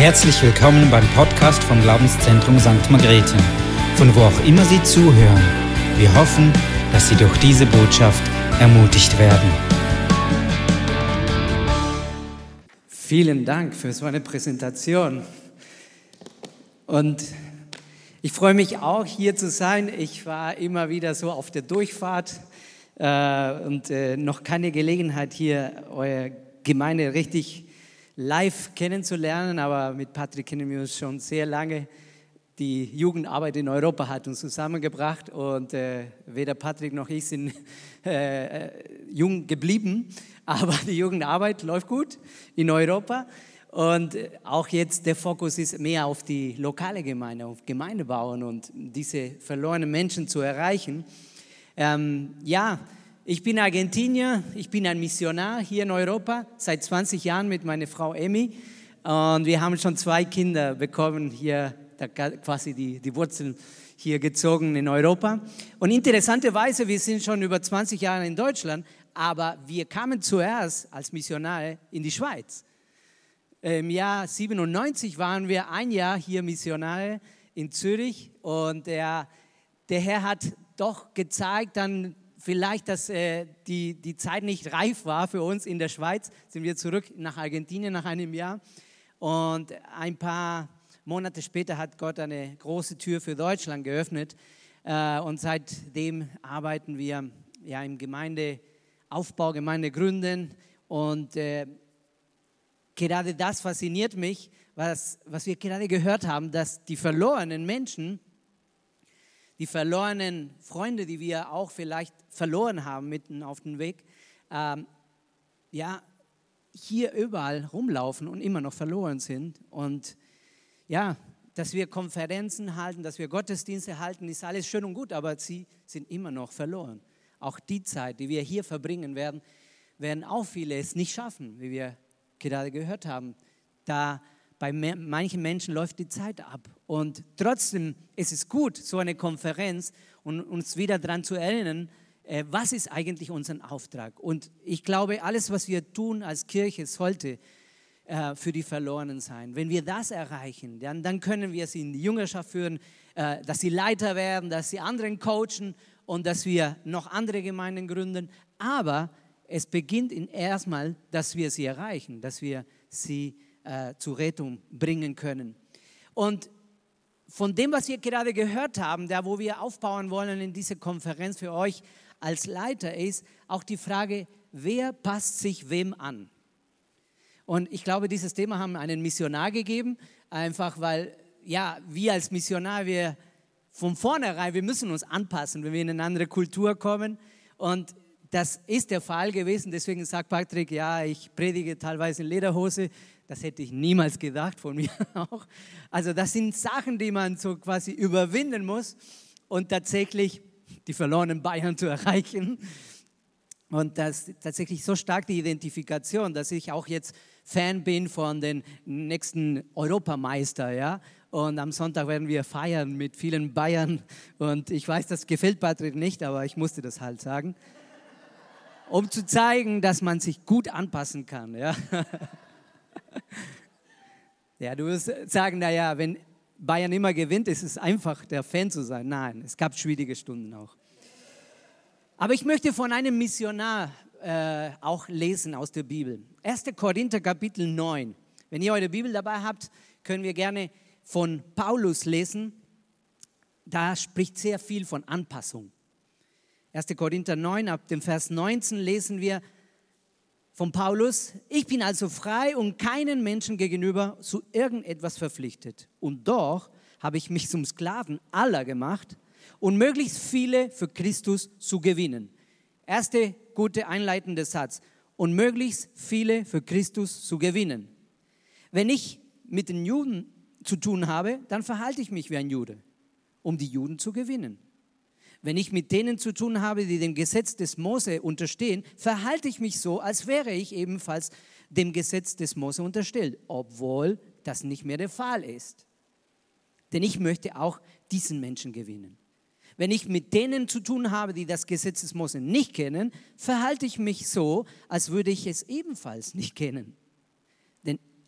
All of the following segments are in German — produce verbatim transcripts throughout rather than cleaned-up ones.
Herzlich willkommen beim Podcast vom Glaubenszentrum Sankt Margrethe, von wo auch immer Sie zuhören. Wir hoffen, dass Sie durch diese Botschaft ermutigt werden. Vielen Dank für so eine Präsentation. Und ich freue mich auch, hier zu sein. Ich war immer wieder so auf der Durchfahrt äh, und äh, noch keine Gelegenheit, hier eure Gemeinde richtig live kennenzulernen, aber mit Patrick kennen wir uns schon sehr lange. Die Jugendarbeit in Europa hat uns zusammengebracht und äh, weder Patrick noch ich sind äh, jung geblieben, aber die Jugendarbeit läuft gut in Europa und auch jetzt der Fokus ist mehr auf die lokale Gemeinde, auf Gemeindebauen und diese verlorenen Menschen zu erreichen. Ähm, ja, Ich bin Argentinier, ich bin ein Missionar hier in Europa, seit zwanzig Jahren mit meiner Frau Emmy und wir haben schon zwei Kinder bekommen, hier da quasi die, die Wurzeln hier gezogen in Europa. Und interessanterweise, wir sind schon über zwanzig Jahre in Deutschland, aber wir kamen zuerst als Missionare in die Schweiz. Im Jahr siebenundneunzig waren wir ein Jahr hier Missionare in Zürich und der, der Herr hat doch gezeigt, dann vielleicht, dass äh, die, die Zeit nicht reif war für uns in der Schweiz, sind wir zurück nach Argentinien nach einem Jahr. Und ein paar Monate später hat Gott eine große Tür für Deutschland geöffnet. Äh, und seitdem arbeiten wir ja, im Gemeindeaufbau, Gemeindegründen. Und äh, gerade das fasziniert mich, was, was wir gerade gehört haben, dass die verlorenen Menschen, die verlorenen Freunde, die wir auch vielleicht verloren haben mitten auf dem Weg, ähm, ja, hier überall rumlaufen und immer noch verloren sind. Und ja, dass wir Konferenzen halten, dass wir Gottesdienste halten, ist alles schön und gut, aber sie sind immer noch verloren. Auch die Zeit, die wir hier verbringen werden, werden auch viele es nicht schaffen, wie wir gerade gehört haben. Da Bei manchen Menschen läuft die Zeit ab und trotzdem ist es gut, so eine Konferenz und uns wieder daran zu erinnern, äh, was ist eigentlich unser Auftrag. Und ich glaube, alles, was wir tun als Kirche, sollte äh, für die Verlorenen sein. Wenn wir das erreichen, dann, dann können wir sie in die Jüngerschaft führen, äh, dass sie Leiter werden, dass sie anderen coachen und dass wir noch andere Gemeinden gründen. Aber es beginnt erstmal, dass wir sie erreichen, dass wir sie Äh, zur Rettung bringen können. Und von dem, was wir gerade gehört haben, da wo wir aufbauen wollen in dieser Konferenz für euch als Leiter, ist auch die Frage, wer passt sich wem an? Und ich glaube, dieses Thema haben einen Missionar gegeben, einfach weil, ja, wir als Missionar, wir von vornherein, wir müssen uns anpassen, wenn wir in eine andere Kultur kommen und das ist der Fall gewesen, deswegen sagt Patrick, ja, ich predige teilweise in Lederhose. Das hätte ich niemals gedacht, von mir auch. Also das sind Sachen, die man so quasi überwinden muss und tatsächlich die verlorenen Bayern zu erreichen. Und das ist tatsächlich so stark die Identifikation, dass ich auch jetzt Fan bin von den nächsten Europameister, ja. Und am Sonntag werden wir feiern mit vielen Bayern. Und ich weiß, das gefällt Patrick nicht, aber ich musste das halt sagen. Um zu zeigen, dass man sich gut anpassen kann. Ja, ja du wirst sagen, naja, wenn Bayern immer gewinnt, ist es einfach, der Fan zu sein. Nein, es gab schwierige Stunden auch. Aber ich möchte von einem Missionar äh, auch lesen aus der Bibel. erster Korinther Kapitel neun. Wenn ihr eure Bibel dabei habt, können wir gerne von Paulus lesen. Da spricht sehr viel von Anpassung. erster Korinther neun, ab dem Vers neunzehn lesen wir von Paulus: Ich bin also frei und keinen Menschen gegenüber zu irgendetwas verpflichtet. Und doch habe ich mich zum Sklaven aller gemacht, um möglichst viele für Christus zu gewinnen. Erste gute einleitende Satz. Und möglichst viele für Christus zu gewinnen. Wenn ich mit den Juden zu tun habe, dann verhalte ich mich wie ein Jude, um die Juden zu gewinnen. Wenn ich mit denen zu tun habe, die dem Gesetz des Mose unterstehen, verhalte ich mich so, als wäre ich ebenfalls dem Gesetz des Mose unterstellt, obwohl das nicht mehr der Fall ist. Denn ich möchte auch diesen Menschen gewinnen. Wenn ich mit denen zu tun habe, die das Gesetz des Mose nicht kennen, verhalte ich mich so, als würde ich es ebenfalls nicht kennen. Denn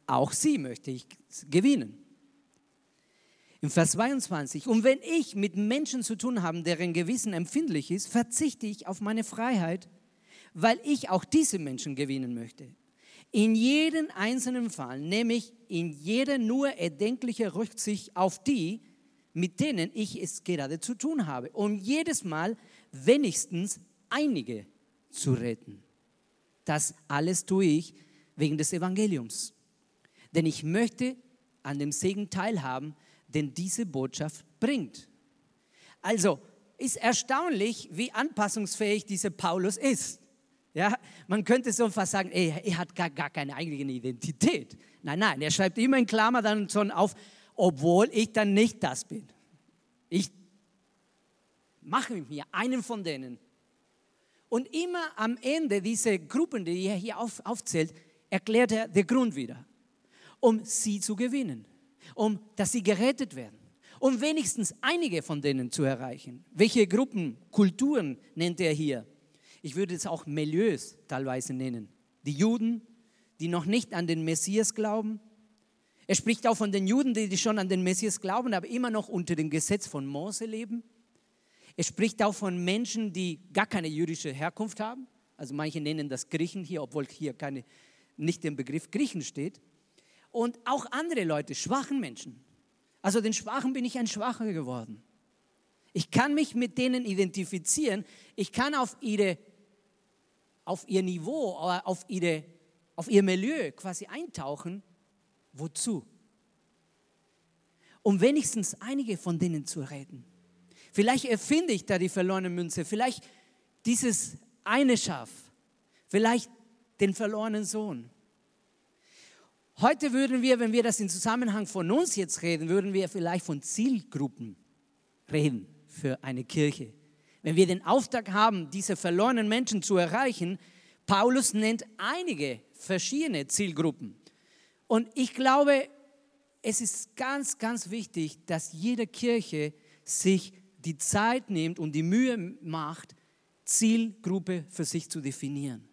auch sie möchte ich gewinnen. Im Vers zweiundzwanzig, und wenn ich mit Menschen zu tun habe, deren Gewissen empfindlich ist, verzichte ich auf meine Freiheit, weil ich auch diese Menschen gewinnen möchte. In jedem einzelnen Fall nehme ich in jeder nur erdenkliche Rücksicht auf die, mit denen ich es gerade zu tun habe, um jedes Mal wenigstens einige zu retten. Das alles tue ich wegen des Evangeliums. Denn ich möchte an dem Segen teilhaben, den diese Botschaft bringt. Also ist erstaunlich, wie anpassungsfähig dieser Paulus ist. Ja, man könnte so fast sagen, ey, er hat gar, gar keine eigene Identität. Nein, nein, er schreibt immer in Klammer dann schon auf, obwohl ich dann nicht das bin. Ich mache mit mir einen von denen. Und immer am Ende dieser Gruppen, die er hier auf, aufzählt, erklärt er den Grund wieder, um sie zu gewinnen, um dass sie gerettet werden, um wenigstens einige von denen zu erreichen. Welche Gruppen, Kulturen nennt er hier? Ich würde es auch Milieus teilweise nennen. Die Juden, die noch nicht an den Messias glauben. Er spricht auch von den Juden, die schon an den Messias glauben, aber immer noch unter dem Gesetz von Mose leben. Er spricht auch von Menschen, die gar keine jüdische Herkunft haben. Also manche nennen das Griechen hier, obwohl hier keine, nicht der Begriff Griechen steht. Und auch andere Leute, schwachen Menschen. Also den Schwachen bin ich ein Schwacher geworden. Ich kann mich mit denen identifizieren. Ich kann auf ihre, auf ihr Niveau, auf ihre, auf ihr Milieu quasi eintauchen. Wozu? Um wenigstens einige von denen zu retten. Vielleicht erfinde ich da die verlorene Münze, vielleicht dieses eine Schaf, vielleicht den verlorenen Sohn. Heute würden wir, wenn wir das im Zusammenhang von uns jetzt reden, würden wir vielleicht von Zielgruppen reden für eine Kirche. Wenn wir den Auftrag haben, diese verlorenen Menschen zu erreichen, Paulus nennt einige verschiedene Zielgruppen. Und ich glaube, es ist ganz, ganz wichtig, dass jede Kirche sich die Zeit nimmt und die Mühe macht, Zielgruppe für sich zu definieren.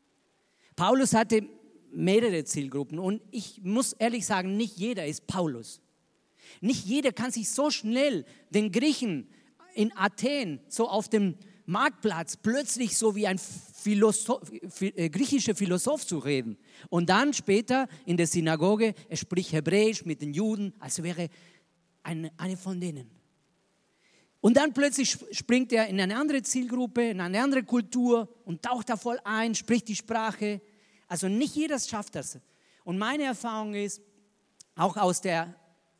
Paulus hatte mehrere Zielgruppen und ich muss ehrlich sagen, nicht jeder ist Paulus. Nicht jeder kann sich so schnell den Griechen in Athen so auf dem Marktplatz plötzlich so wie ein Philosoph, griechischer Philosoph zu reden. Und dann später in der Synagoge, er spricht Hebräisch mit den Juden, als wäre eine, eine von denen. Und dann plötzlich springt er in eine andere Zielgruppe, in eine andere Kultur und taucht da voll ein, spricht die Sprache. Also nicht jeder schafft das. Und meine Erfahrung ist, auch aus der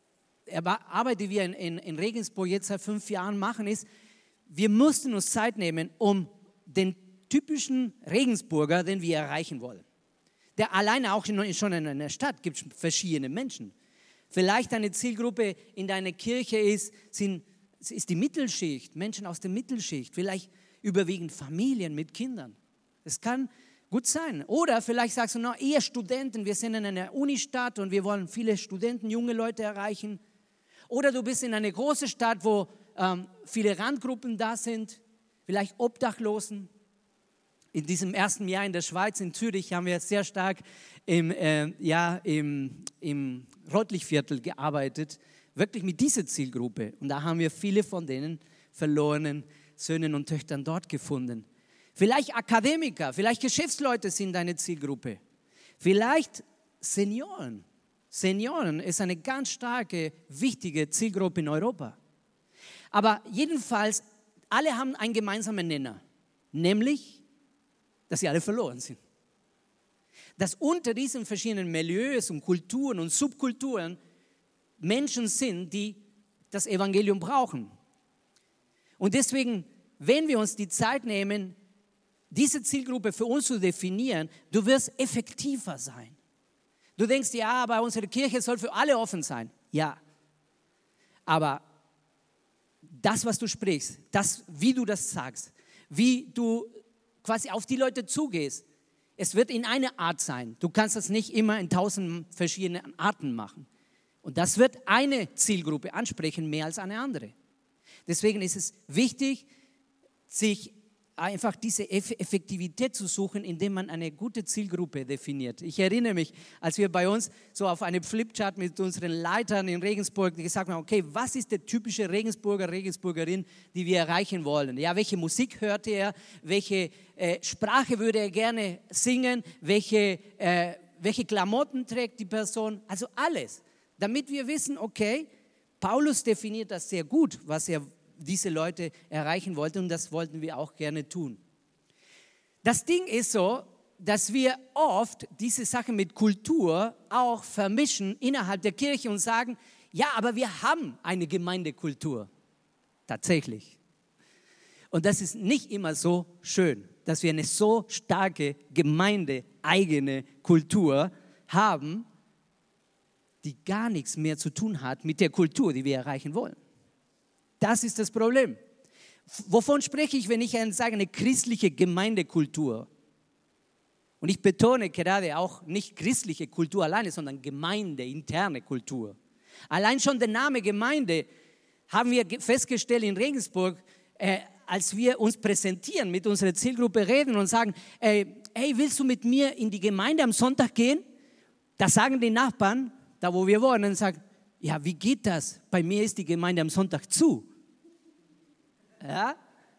Arbeit, die wir in, in, in Regensburg jetzt seit fünf Jahren machen, ist, wir mussten uns Zeit nehmen, um den typischen Regensburger, den wir erreichen wollen. Der alleine auch schon in einer Stadt gibt es verschiedene Menschen. Vielleicht eine Zielgruppe in deiner Kirche ist, sind, ist die Mittelschicht, Menschen aus der Mittelschicht, vielleicht überwiegend Familien mit Kindern. Das kann gut sein. Oder vielleicht sagst du, no, eher Studenten, wir sind in einer Unistadt und wir wollen viele Studenten, junge Leute erreichen. Oder du bist in einer großen Stadt, wo ähm, viele Randgruppen da sind, vielleicht Obdachlosen. In diesem ersten Jahr in der Schweiz, in Zürich, haben wir sehr stark im, äh, ja, im, im Rotlichtviertel gearbeitet, wirklich mit dieser Zielgruppe. Und da haben wir viele von denen verlorenen Söhnen und Töchtern dort gefunden. Vielleicht Akademiker, vielleicht Geschäftsleute sind deine Zielgruppe. Vielleicht Senioren. Senioren ist eine ganz starke, wichtige Zielgruppe in Europa. Aber jedenfalls, alle haben einen gemeinsamen Nenner, nämlich, dass sie alle verloren sind. Dass unter diesen verschiedenen Milieus und Kulturen und Subkulturen Menschen sind, die das Evangelium brauchen. Und deswegen, wenn wir uns die Zeit nehmen, diese Zielgruppe für uns zu definieren, du wirst effektiver sein. Du denkst, ja, aber unsere Kirche soll für alle offen sein. Ja, aber das, was du sprichst, das, wie du das sagst, wie du quasi auf die Leute zugehst, es wird in einer Art sein. Du kannst das nicht immer in tausend verschiedenen Arten machen. Und das wird eine Zielgruppe ansprechen, mehr als eine andere. Deswegen ist es wichtig, sich einfach diese Effektivität zu suchen, indem man eine gute Zielgruppe definiert. Ich erinnere mich, als wir bei uns so auf einem Flipchart mit unseren Leitern in Regensburg gesagt haben, okay, was ist der typische Regensburger, Regensburgerin, die wir erreichen wollen? Ja, welche Musik hört er? Welche äh, Sprache würde er gerne singen? Welche, äh, welche Klamotten trägt die Person? Also alles, damit wir wissen, okay, Paulus definiert das sehr gut, was er diese Leute erreichen wollten, und das wollten wir auch gerne tun. Das Ding ist so, dass wir oft diese Sache mit Kultur auch vermischen innerhalb der Kirche und sagen, ja, aber wir haben eine Gemeindekultur. Tatsächlich. Und das ist nicht immer so schön, dass wir eine so starke gemeindeeigene Kultur haben, die gar nichts mehr zu tun hat mit der Kultur, die wir erreichen wollen. Das ist das Problem. Wovon spreche ich, wenn ich sage, eine christliche Gemeindekultur? Und ich betone gerade auch nicht christliche Kultur alleine, sondern gemeindeinterne Kultur. Allein schon der Name Gemeinde haben wir festgestellt in Regensburg, äh, als wir uns präsentieren, mit unserer Zielgruppe reden und sagen, äh, hey, willst du mit mir in die Gemeinde am Sonntag gehen? Da sagen die Nachbarn, da wo wir wohnen, und sagen, ja, wie geht das? Bei mir ist die Gemeinde am Sonntag zu. Ja?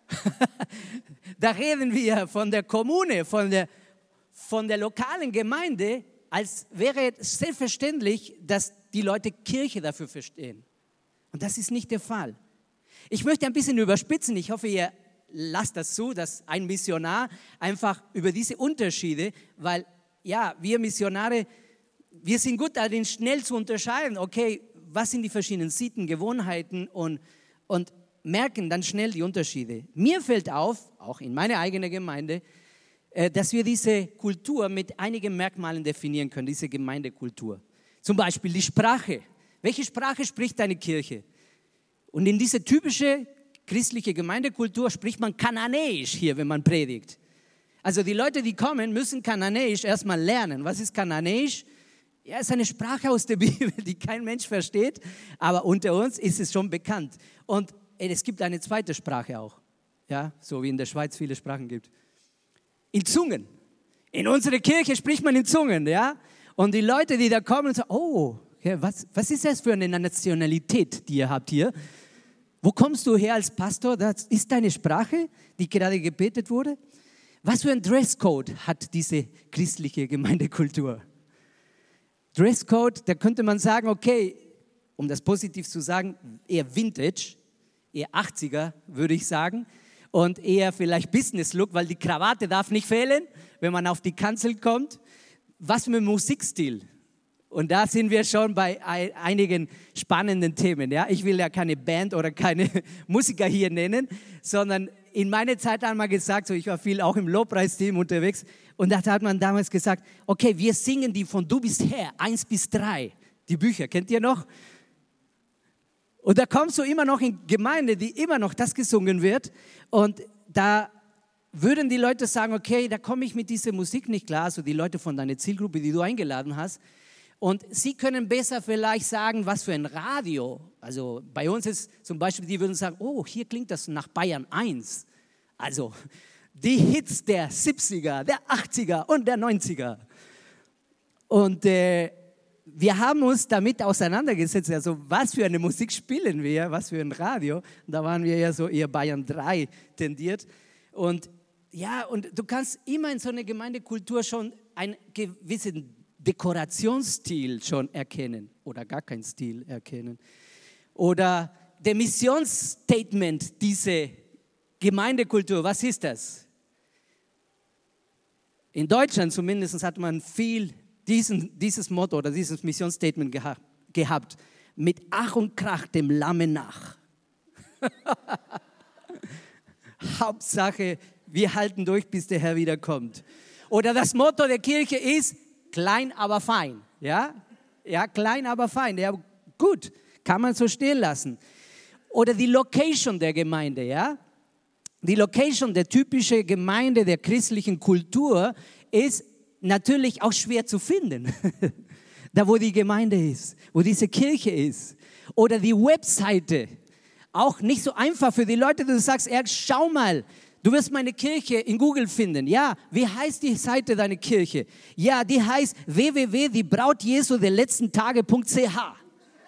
Da reden wir von der Kommune, von der, von der lokalen Gemeinde, als wäre es selbstverständlich, dass die Leute Kirche dafür verstehen. Und das ist nicht der Fall. Ich möchte ein bisschen überspitzen. Ich hoffe, ihr lasst das zu, dass ein Missionar einfach über diese Unterschiede, weil ja, wir Missionare, wir sind gut darin, schnell zu unterscheiden, okay, was sind die verschiedenen Sitten, Gewohnheiten und, und merken dann schnell die Unterschiede. Mir fällt auf, auch in meiner eigenen Gemeinde, dass wir diese Kultur mit einigen Merkmalen definieren können, diese Gemeindekultur. Zum Beispiel die Sprache. Welche Sprache spricht eine Kirche? Und in diese typische christliche Gemeindekultur spricht man Kananäisch hier, wenn man predigt. Also die Leute, die kommen, müssen Kananäisch erstmal lernen. Was ist Kananäisch? Ja, es ist eine Sprache aus der Bibel, die kein Mensch versteht, aber unter uns ist es schon bekannt. Und es gibt eine zweite Sprache auch, ja, so wie in der Schweiz viele Sprachen gibt. In Zungen. In unserer Kirche spricht man in Zungen, ja. Und die Leute, die da kommen und sagen, oh, ja, was, was ist das für eine Nationalität, die ihr habt hier? Wo kommst du her als Pastor? Das ist deine Sprache, die gerade gebetet wurde? Was für ein Dresscode hat diese christliche Gemeindekultur? Dresscode, da könnte man sagen, okay, um das positiv zu sagen, eher Vintage, eher achtziger, würde ich sagen. Und eher vielleicht Business-Look, weil die Krawatte darf nicht fehlen, wenn man auf die Kanzel kommt. Was für ein Musikstil. Und da sind wir schon bei einigen spannenden Themen. Ja? Ich will ja keine Band oder keine Musiker hier nennen, sondern in meiner Zeit haben wir gesagt, so ich war viel auch im Lobpreisteam unterwegs, und da hat man damals gesagt, okay, wir singen die von Du bist Herr, eins bis drei, die Bücher, kennt ihr noch? Und da kommst du immer noch in Gemeinde, die immer noch das gesungen wird, und da würden die Leute sagen, okay, da komme ich mit dieser Musik nicht klar, also die Leute von deiner Zielgruppe, die du eingeladen hast. Und sie können besser vielleicht sagen, was für ein Radio. Also bei uns ist zum Beispiel, die würden sagen, oh, hier klingt das nach Bayern eins. Also die Hits der siebziger, der achtziger und der neunziger. Und äh, wir haben uns damit auseinandergesetzt, also was für eine Musik spielen wir, was für ein Radio. Und da waren wir ja so eher Bayern drei tendiert. Und ja, und du kannst immer in so einer Gemeindekultur schon einen gewissen Dekorationsstil schon erkennen oder gar keinen Stil erkennen. Oder der Missionsstatement, diese Gemeindekultur, was ist das? In Deutschland zumindest hat man viel diesen, dieses Motto oder dieses Missionsstatement geha- gehabt. Mit Ach und Krach dem Lamme nach. Hauptsache, wir halten durch, bis der Herr wiederkommt. Oder das Motto der Kirche ist, klein, aber fein. Ja, ja, klein, aber fein. Ja, gut, kann man so stehen lassen. Oder die Location der Gemeinde. Ja, die Location der typischen Gemeinde der christlichen Kultur ist natürlich auch schwer zu finden. Da, wo die Gemeinde ist, wo diese Kirche ist. Oder die Webseite. Auch nicht so einfach für die Leute, du sagst, ja, schau mal, Du wirst meine Kirche in Google finden. Ja, wie heißt die Seite deiner Kirche? Ja, die heißt w w w punkt die braut jesu der letzten tage punkt c h.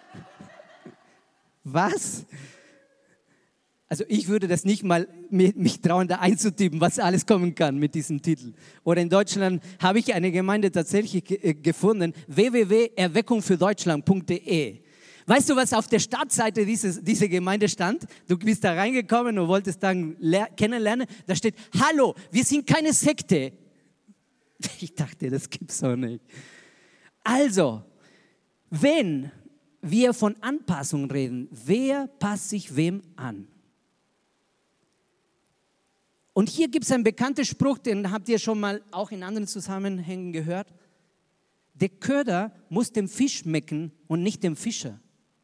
Was? Also ich würde das nicht mal mich trauen, da einzutippen, was alles kommen kann mit diesem Titel. Oder in Deutschland habe ich eine Gemeinde tatsächlich gefunden, w w w punkt erweckung für deutschland punkt d e. Weißt du, was auf der Startseite dieses, dieser Gemeinde stand? Du bist da reingekommen und wolltest dann kennenlernen. Da steht, hallo, wir sind keine Sekte. Ich dachte, das gibt's doch nicht. Also, wenn wir von Anpassung reden, wer passt sich wem an? Und hier gibt es einen bekannten Spruch, den habt ihr schon mal auch in anderen Zusammenhängen gehört. Der Köder muss dem Fisch schmecken und nicht dem Fischer.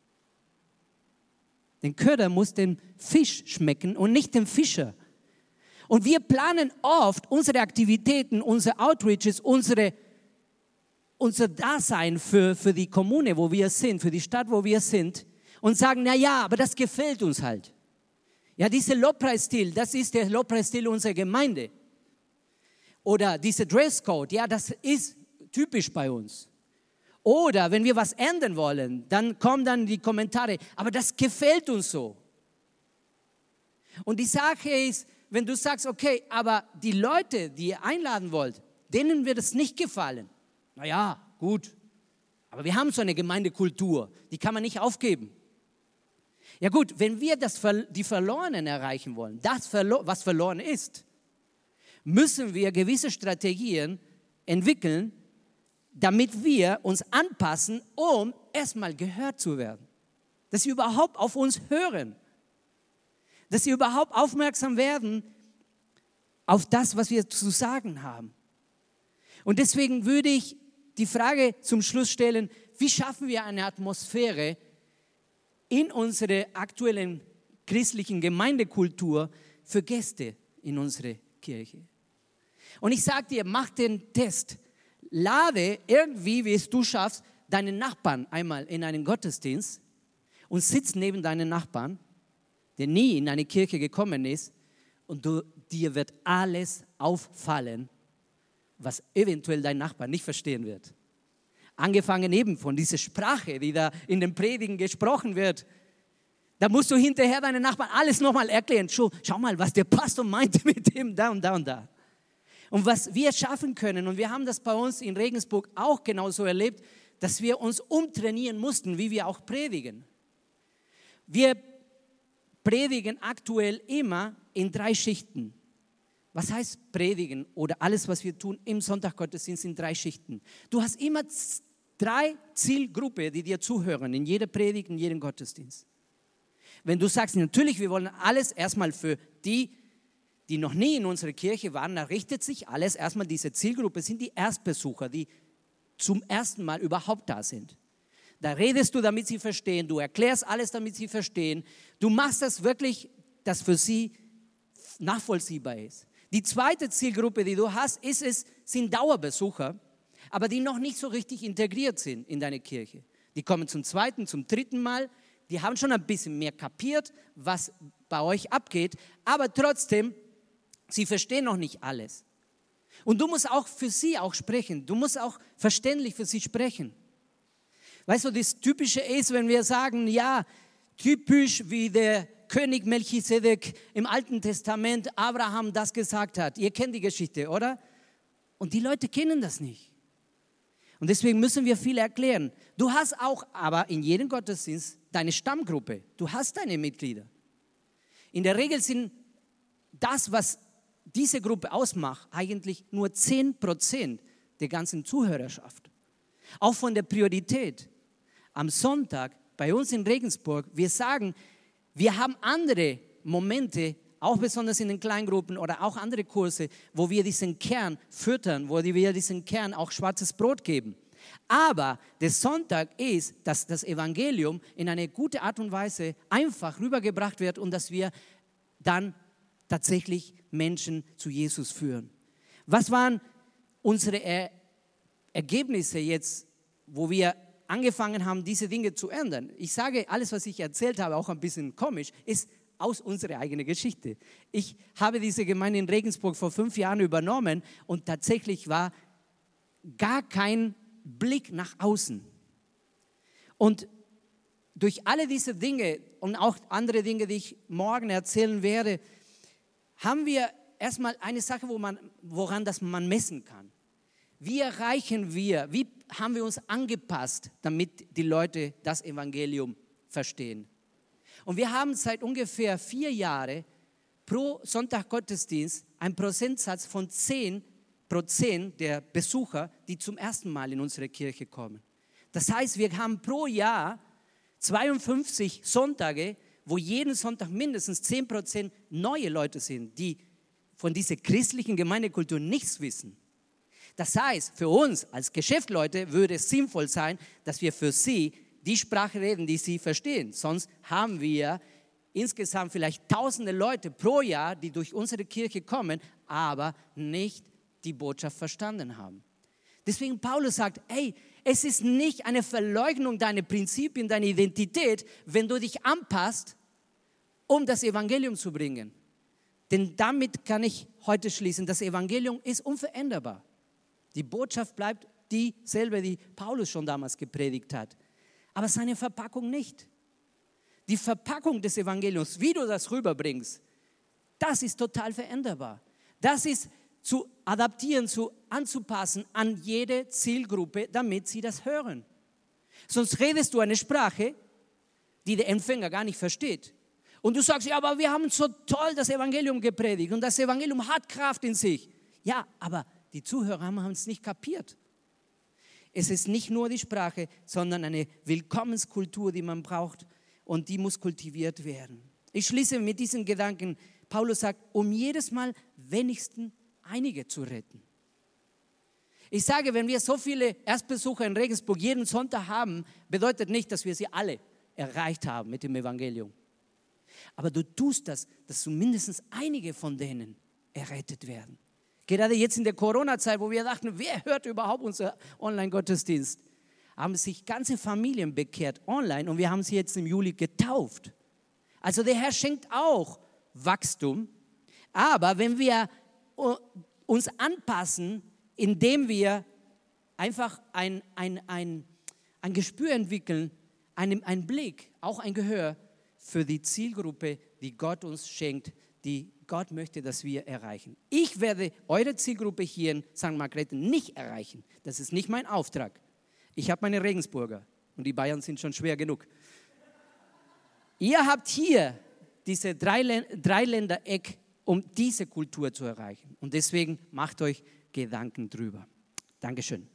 Der Köder muss dem Fisch schmecken und nicht dem Fischer. Und wir planen oft unsere Aktivitäten, unsere Outreaches, unsere, unser Dasein für, für die Kommune, wo wir sind, für die Stadt, wo wir sind und sagen, na ja, aber das gefällt uns halt. Ja, dieser Lobpreisstil, das ist der Lobpreisstil unserer Gemeinde. Oder dieser Dresscode, ja, das ist typisch bei uns. Oder wenn wir was ändern wollen, dann kommen dann die Kommentare, aber das gefällt uns so. Und die Sache ist, wenn du sagst, okay, aber die Leute, die ihr einladen wollt, denen wird es nicht gefallen. Naja, gut, aber wir haben so eine Gemeindekultur, die kann man nicht aufgeben. Ja gut, wenn wir das, die Verlorenen erreichen wollen, das, was verloren ist, müssen wir gewisse Strategien entwickeln, damit wir uns anpassen, um erstmal gehört zu werden. Dass sie überhaupt auf uns hören. Dass sie überhaupt aufmerksam werden auf das, was wir zu sagen haben. Und deswegen würde ich die Frage zum Schluss stellen, wie schaffen wir eine Atmosphäre in unserer aktuellen christlichen Gemeindekultur für Gäste in unsere Kirche? Und ich sage dir, mach den Test. Lade irgendwie, wie es du schaffst, deinen Nachbarn einmal in einen Gottesdienst und sitz neben deinen Nachbarn, der nie in eine Kirche gekommen ist, und du, dir wird alles auffallen, was eventuell dein Nachbar nicht verstehen wird. Angefangen eben von dieser Sprache, die da in den Predigen gesprochen wird. Da musst du hinterher deinen Nachbarn alles nochmal erklären. Schau, schau mal, was der Pastor meinte mit dem da und da und da. Und was wir schaffen können, und wir haben das bei uns in Regensburg auch genauso erlebt, dass wir uns umtrainieren mussten, wie wir auch predigen. Wir predigen aktuell immer in drei Schichten. Was heißt predigen oder alles, was wir tun im Sonntaggottesdienst in drei Schichten? Du hast immer drei Zielgruppen, die dir zuhören, in jeder Predigt, in jedem Gottesdienst. Wenn du sagst, natürlich, wir wollen alles erstmal für die, die noch nie in unserer Kirche waren, da richtet sich alles erstmal, diese Zielgruppe sind die Erstbesucher, die zum ersten Mal überhaupt da sind. Da redest du, damit sie verstehen, du erklärst alles, damit sie verstehen. Du machst das wirklich, dass für sie nachvollziehbar ist. Die zweite Zielgruppe, die du hast, ist es, sind Dauerbesucher, aber die noch nicht so richtig integriert sind in deine Kirche. Die kommen zum zweiten, zum dritten Mal, die haben schon ein bisschen mehr kapiert, was bei euch abgeht, aber trotzdem, sie verstehen noch nicht alles. Und du musst auch für sie auch sprechen. Du musst auch verständlich für sie sprechen. Weißt du, das Typische ist, wenn wir sagen, ja, typisch wie der König Melchisedek im Alten Testament Abraham das gesagt hat. Ihr kennt die Geschichte, oder? Und die Leute kennen das nicht. Und deswegen müssen wir viel erklären. Du hast auch aber in jedem Gottesdienst deine Stammgruppe. Du hast deine Mitglieder. In der Regel sind das, was diese Gruppe ausmacht, eigentlich nur zehn Prozent der ganzen Zuhörerschaft. Auch von der Priorität. Am Sonntag bei uns in Regensburg, wir sagen, wir haben andere Momente, auch besonders in den Kleingruppen oder auch andere Kurse, wo wir diesen Kern füttern, wo wir diesen Kern auch schwarzes Brot geben. Aber der Sonntag ist, dass das Evangelium in eine gute Art und Weise einfach rübergebracht wird und dass wir dann tatsächlich Menschen zu Jesus führen. Was waren unsere er- Ergebnisse jetzt, wo wir angefangen haben, diese Dinge zu ändern? Ich sage, alles, was ich erzählt habe, auch ein bisschen komisch, ist aus unserer eigenen Geschichte. Ich habe diese Gemeinde in Regensburg vor fünf Jahren übernommen und tatsächlich war gar kein Blick nach außen. Und durch alle diese Dinge und auch andere Dinge, die ich morgen erzählen werde, haben wir erstmal eine Sache, wo man, woran das man messen kann. Wie erreichen wir, wie haben wir uns angepasst, damit die Leute das Evangelium verstehen? Und wir haben seit ungefähr vier Jahren pro Sonntag Gottesdienst einen Prozentsatz von zehn Prozent der Besucher, die zum ersten Mal in unsere Kirche kommen. Das heißt, wir haben pro Jahr zweiundfünfzig Sonntage, wo jeden Sonntag mindestens zehn Prozent neue Leute sind, die von dieser christlichen Gemeindekultur nichts wissen. Das heißt, für uns als Geschäftsleute würde es sinnvoll sein, dass wir für sie die Sprache reden, die sie verstehen. Sonst haben wir insgesamt vielleicht tausende Leute pro Jahr, die durch unsere Kirche kommen, aber nicht die Botschaft verstanden haben. Deswegen Paulus sagt, ey, es ist nicht eine Verleugnung deiner Prinzipien, deiner Identität, wenn du dich anpasst, um das Evangelium zu bringen. Denn damit kann ich heute schließen, das Evangelium ist unveränderbar. Die Botschaft bleibt dieselbe, die Paulus schon damals gepredigt hat. Aber seine Verpackung nicht. Die Verpackung des Evangeliums, wie du das rüberbringst, das ist total veränderbar. Das ist zu adaptieren, zu anzupassen an jede Zielgruppe, damit sie das hören. Sonst redest du eine Sprache, die der Empfänger gar nicht versteht. Und du sagst, ja, aber wir haben so toll das Evangelium gepredigt und das Evangelium hat Kraft in sich. Ja, aber die Zuhörer haben es nicht kapiert. Es ist nicht nur die Sprache, sondern eine Willkommenskultur, die man braucht und die muss kultiviert werden. Ich schließe mit diesen Gedanken. Paulus sagt, um jedes Mal wenigstens einige zu retten. Ich sage, wenn wir so viele Erstbesucher in Regensburg jeden Sonntag haben, bedeutet nicht, dass wir sie alle erreicht haben mit dem Evangelium. Aber du tust das, dass mindestens einige von denen errettet werden. Gerade jetzt in der Corona-Zeit, wo wir dachten, wer hört überhaupt unser Online-Gottesdienst, haben sich ganze Familien bekehrt online und wir haben sie jetzt im Juli getauft. Also der Herr schenkt auch Wachstum, aber wenn wir uns anpassen, indem wir einfach ein, ein, ein, ein Gespür entwickeln, einen, einen Blick, auch ein Gehör für die Zielgruppe, die Gott uns schenkt, die Gott möchte, dass wir erreichen. Ich werde eure Zielgruppe hier in Sankt Margrethen nicht erreichen. Das ist nicht mein Auftrag. Ich habe meine Regensburger und die Bayern sind schon schwer genug. Ihr habt hier diese Dreiländereck, um diese Kultur zu erreichen. Und deswegen macht euch Gedanken drüber. Dankeschön.